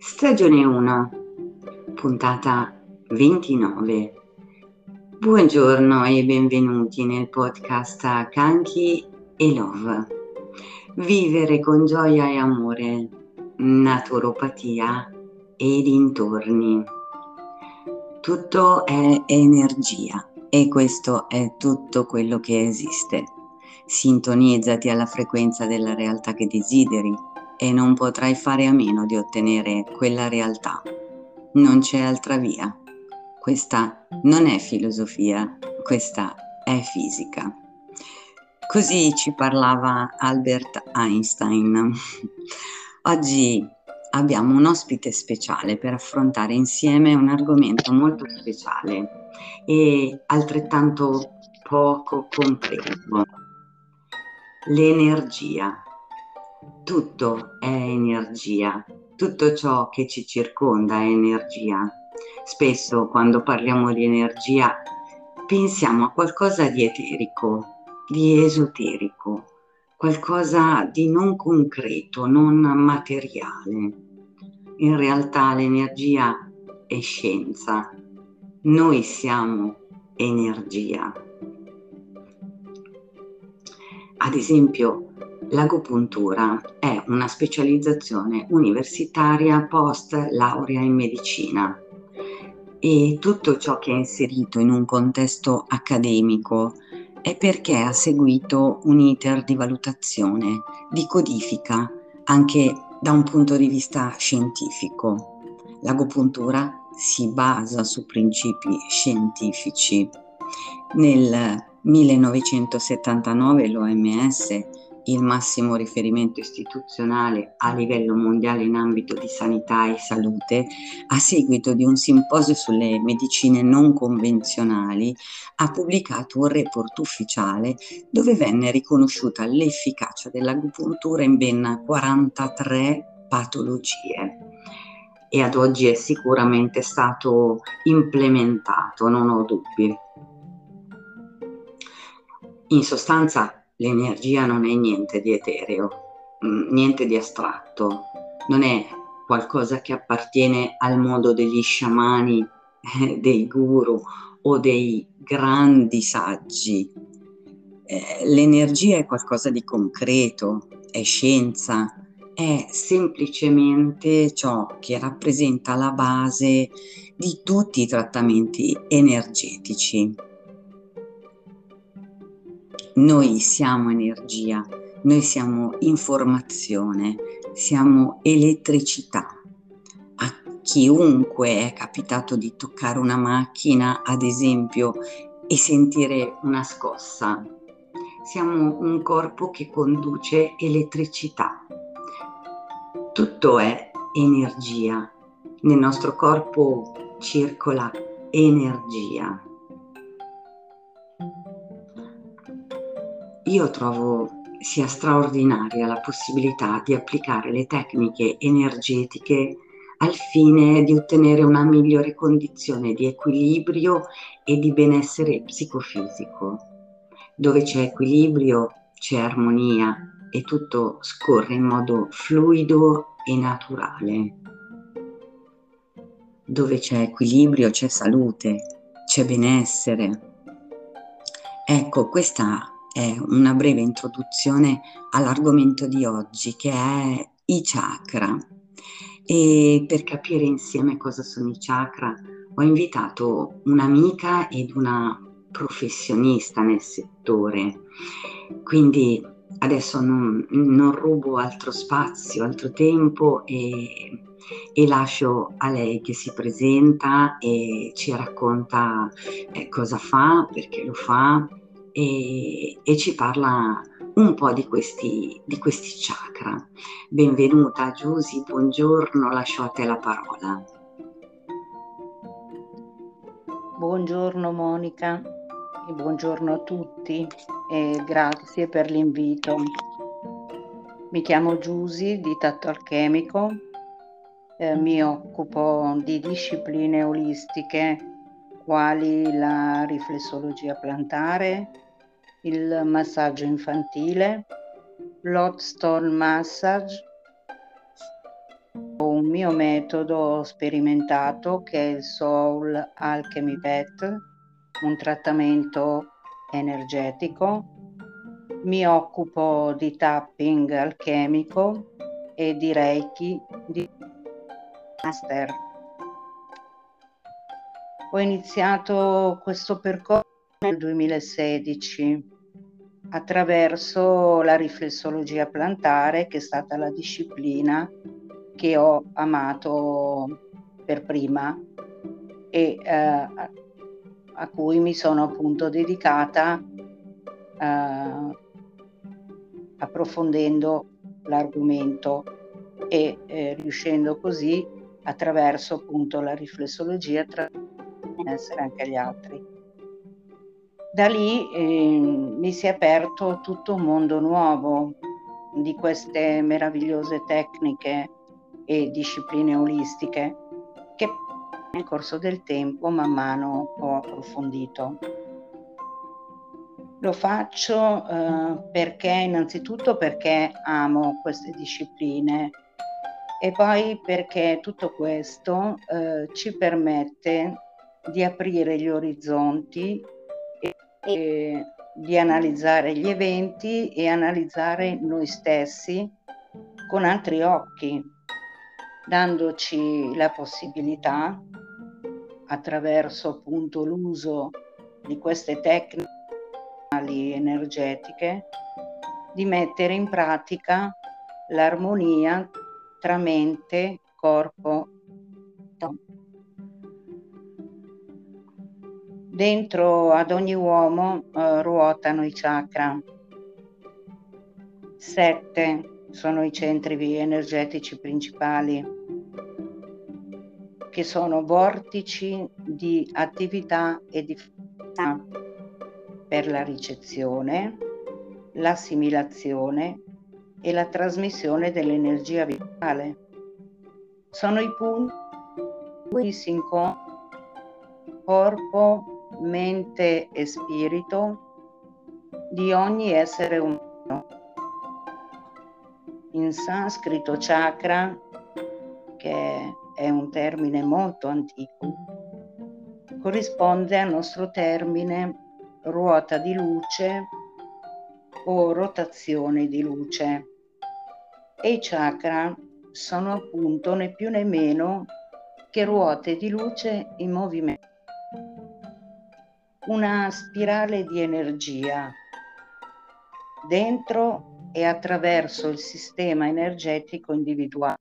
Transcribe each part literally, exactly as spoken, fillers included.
Stagione uno, puntata ventinove. Buongiorno e benvenuti nel podcast Kanki e Love. Vivere con gioia e amore, naturopatia e dintorni. Tutto è energia e questo è tutto quello che esiste. Sintonizzati alla frequenza della realtà che desideri e non potrai fare a meno di ottenere quella realtà. Non c'è altra via. Questa non è filosofia, questa è fisica. Così ci parlava Albert Einstein. Oggi abbiamo un ospite speciale per affrontare insieme un argomento molto speciale e altrettanto poco compreso. L'energia. Tutto è energia, tutto ciò che ci circonda è energia. Spesso quando parliamo di energia pensiamo a qualcosa di eterico, di esoterico, qualcosa di non concreto, non materiale. In realtà l'energia è scienza, noi siamo energia. Ad esempio, l'agopuntura è una specializzazione universitaria post laurea in medicina e tutto ciò che è inserito in un contesto accademico è perché ha seguito un iter di valutazione, di codifica, anche da un punto di vista scientifico. L'agopuntura si basa su principi scientifici. Nel millenovecentosettantanove l'O M S, il massimo riferimento istituzionale a livello mondiale in ambito di sanità e salute, a seguito di un simposio sulle medicine non convenzionali, ha pubblicato un report ufficiale dove venne riconosciuta l'efficacia dell'agopuntura in ben quarantatré patologie. E ad oggi è sicuramente stato implementato, non ho dubbi. In sostanza l'energia non è niente di etereo, niente di astratto, non è qualcosa che appartiene al mondo degli sciamani, eh, dei guru o dei grandi saggi. Eh, l'energia è qualcosa di concreto, è scienza, è semplicemente ciò che rappresenta la base di tutti i trattamenti energetici. Noi siamo energia, noi siamo informazione, siamo elettricità. A chiunque è capitato di toccare una macchina, ad esempio, e sentire una scossa. Siamo un corpo che conduce elettricità. Tutto è energia. Nel nostro corpo circola energia. Io trovo sia straordinaria la possibilità di applicare le tecniche energetiche al fine di ottenere una migliore condizione di equilibrio e di benessere psicofisico. Dove c'è equilibrio c'è armonia e tutto scorre in modo fluido e naturale. Dove c'è equilibrio c'è salute, c'è benessere. Ecco, questa è una breve introduzione all'argomento di oggi, che è i chakra. E per capire insieme cosa sono i chakra ho invitato un'amica ed una professionista nel settore, quindi adesso non, non rubo altro spazio, altro tempo e, e lascio a lei che si presenta e ci racconta eh, cosa fa, perché lo fa e, e ci parla un po' di questi, di questi chakra. Benvenuta Giusy, buongiorno, lascio a te la parola. Buongiorno Monica e buongiorno a tutti e grazie per l'invito. Mi chiamo Giusy di Tatto Alchemico, eh, mi occupo di discipline olistiche quali la riflessologia plantare, il massaggio infantile, l'hot stone massage, un mio metodo sperimentato, che è il Soul Alchemy Pet, un trattamento energetico. Mi occupo di tapping alchemico e di Reiki di Master. Ho iniziato questo percorso nel duemilasedici attraverso la riflessologia plantare, che è stata la disciplina che ho amato per prima e eh, a cui mi sono appunto dedicata eh, approfondendo l'argomento e eh, riuscendo così attraverso appunto la riflessologia a essere anche agli altri. Da lì eh, mi si è aperto tutto un mondo nuovo di queste meravigliose tecniche e discipline olistiche che nel corso del tempo man mano ho approfondito. Lo faccio eh, perché innanzitutto perché amo queste discipline e poi perché tutto questo eh, ci permette di aprire gli orizzonti e, e di analizzare gli eventi e analizzare noi stessi con altri occhi, dandoci la possibilità, attraverso appunto l'uso di queste tecniche energetiche, di mettere in pratica l'armonia tra mente, corpo. Dentro ad ogni uomo eh, ruotano i chakra. Sette sono i centri energetici principali, che sono vortici di attività e di funzione per la ricezione, l'assimilazione e la trasmissione dell'energia vitale. Sono i punti in cui si incontrano corpo, mente e spirito di ogni essere umano. In sanscrito chakra, che è un termine molto antico, corrisponde al nostro termine ruota di luce o rotazione di luce, e i chakra sono appunto né più né meno che ruote di luce in movimento, una spirale di energia dentro e attraverso il sistema energetico individuale.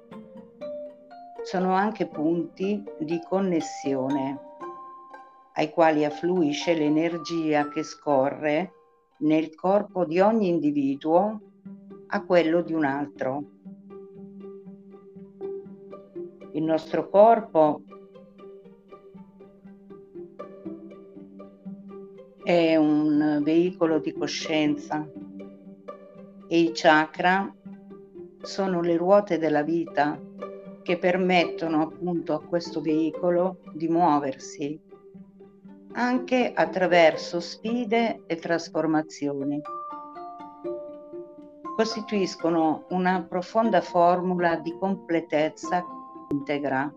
Sono anche punti di connessione ai quali affluisce l'energia che scorre nel corpo di ogni individuo a quello di un altro. Il nostro corpo è un veicolo di coscienza e i chakra sono le ruote della vita che permettono appunto a questo veicolo di muoversi anche attraverso sfide e trasformazioni. Costituiscono una profonda formula di completezza integra.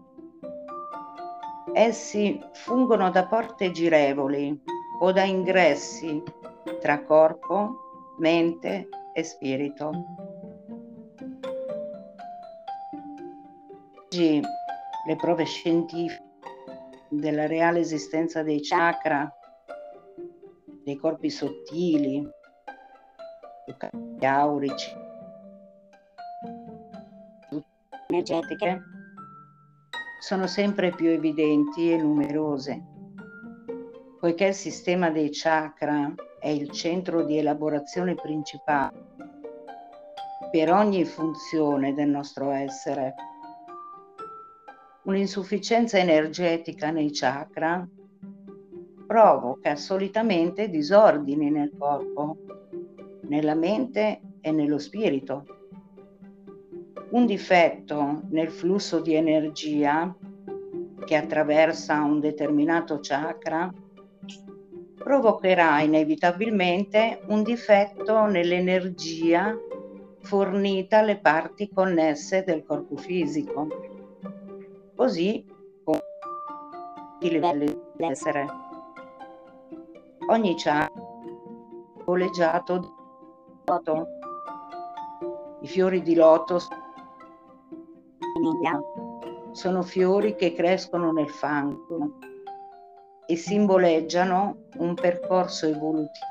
Essi fungono da porte girevoli o da ingressi tra corpo, mente e spirito. Oggi le prove scientifiche della reale esistenza dei chakra, dei corpi sottili, aurici, energetiche, sono sempre più evidenti e numerose, poiché il sistema dei chakra è il centro di elaborazione principale per ogni funzione del nostro essere. Un'insufficienza energetica nei chakra provoca solitamente disordini nel corpo, nella mente e nello spirito. Un difetto nel flusso di energia che attraversa un determinato chakra provocherà inevitabilmente un difetto nell'energia fornita alle parti connesse del corpo fisico, così come i livelli di essere. Ogni chakra è voleggiato di loto. I fiori di loto sono fiori che crescono nel fango e simboleggiano un percorso evolutivo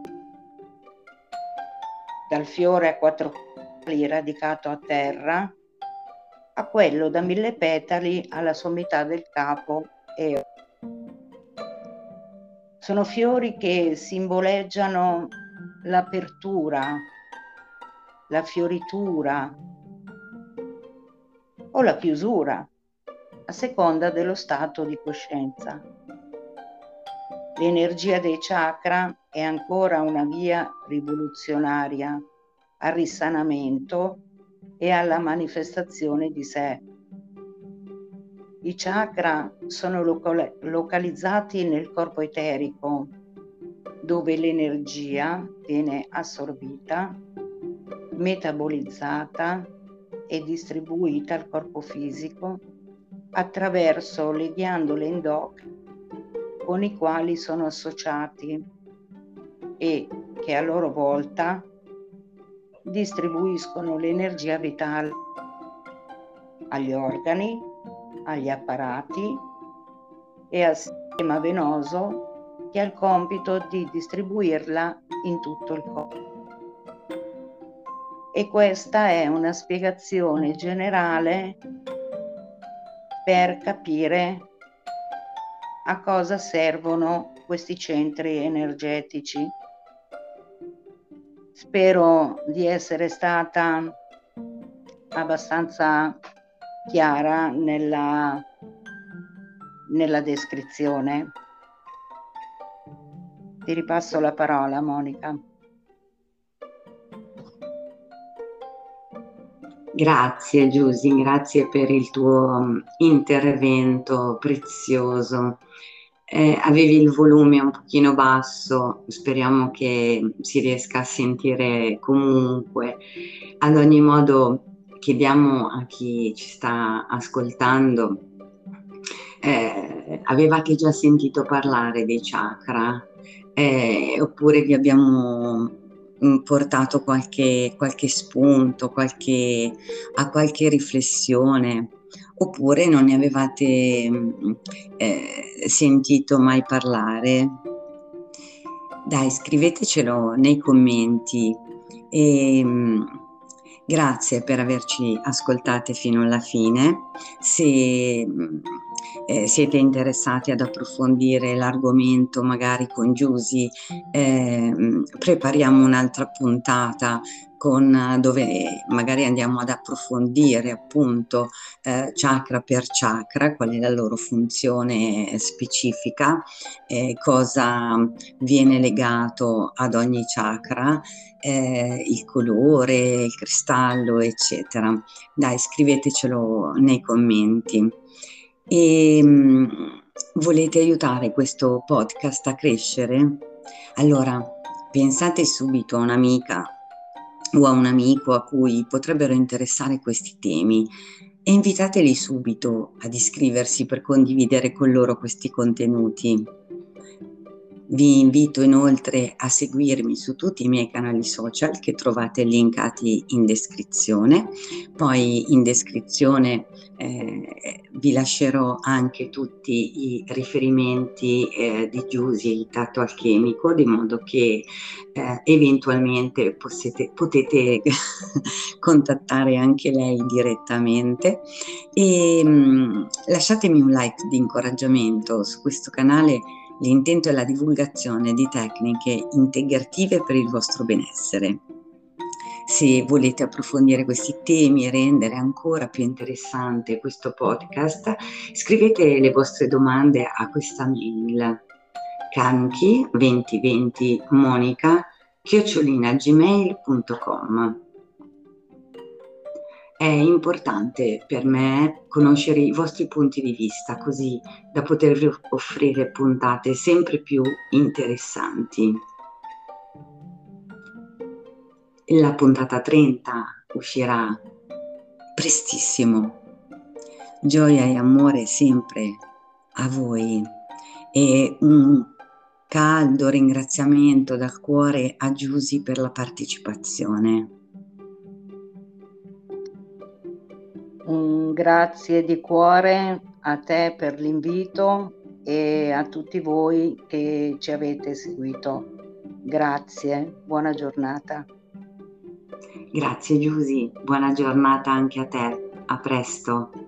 dal fiore a quattro petali radicato a terra a quello da mille petali alla sommità del capo. E sono fiori che simboleggiano l'apertura, la fioritura o la chiusura, a seconda dello stato di coscienza. L'energia dei chakra è ancora una via rivoluzionaria al risanamento e alla manifestazione di sé. I chakra sono local- localizzati nel corpo eterico, dove l'energia viene assorbita, metabolizzata e distribuita al corpo fisico attraverso le ghiandole endocrine con i quali sono associati e che a loro volta distribuiscono l'energia vitale agli organi, agli apparati e al sistema venoso che ha il compito di distribuirla in tutto il corpo. E questa è una spiegazione generale per capire a cosa servono questi centri energetici. Spero di essere stata abbastanza chiara nella, nella descrizione. Ti ripasso la parola, Monica. Grazie Giusy, grazie per il tuo intervento prezioso. Eh, avevi il volume un pochino basso, speriamo che si riesca a sentire comunque. Ad ogni modo chiediamo a chi ci sta ascoltando, eh, avevate già sentito parlare dei chakra? Eh, oppure vi abbiamo portato qualche, qualche spunto, qualche, a qualche riflessione, oppure non ne avevate eh, sentito mai parlare? Dai, scrivetecelo nei commenti e mh, grazie per averci ascoltate fino alla fine. Se mh, eh, siete interessati ad approfondire l'argomento magari con Giusy, eh, prepariamo un'altra puntata con, dove magari andiamo ad approfondire appunto eh, chakra per chakra, qual è la loro funzione specifica, eh, cosa viene legato ad ogni chakra, eh, il colore, il cristallo, eccetera. Dai, scrivetecelo nei commenti. E mh, volete aiutare questo podcast a crescere? Allora, pensate subito a un'amica o a un amico a cui potrebbero interessare questi temi e invitateli subito ad iscriversi per condividere con loro questi contenuti. Vi invito inoltre a seguirmi su tutti i miei canali social che trovate linkati in descrizione. Poi in descrizione eh, vi lascerò anche tutti i riferimenti eh, di Giusy, il tatto alchemico, di modo che eh, eventualmente possiate, potete contattare anche lei direttamente. E mh, lasciatemi un like di incoraggiamento su questo canale. L'intento è la divulgazione di tecniche integrative per il vostro benessere. Se volete approfondire questi temi e rendere ancora più interessante questo podcast, scrivete le vostre domande a questa mail canchi duemilaventi monica chiocciolina gmail punto com. È importante per me conoscere i vostri punti di vista, così da potervi offrire puntate sempre più interessanti. La puntata trenta uscirà prestissimo. Gioia e amore sempre a voi e un caldo ringraziamento dal cuore a Giusy per la partecipazione. Un grazie di cuore a te per l'invito e a tutti voi che ci avete seguito. Grazie, buona giornata. Grazie Giusy, buona giornata anche a te, a presto.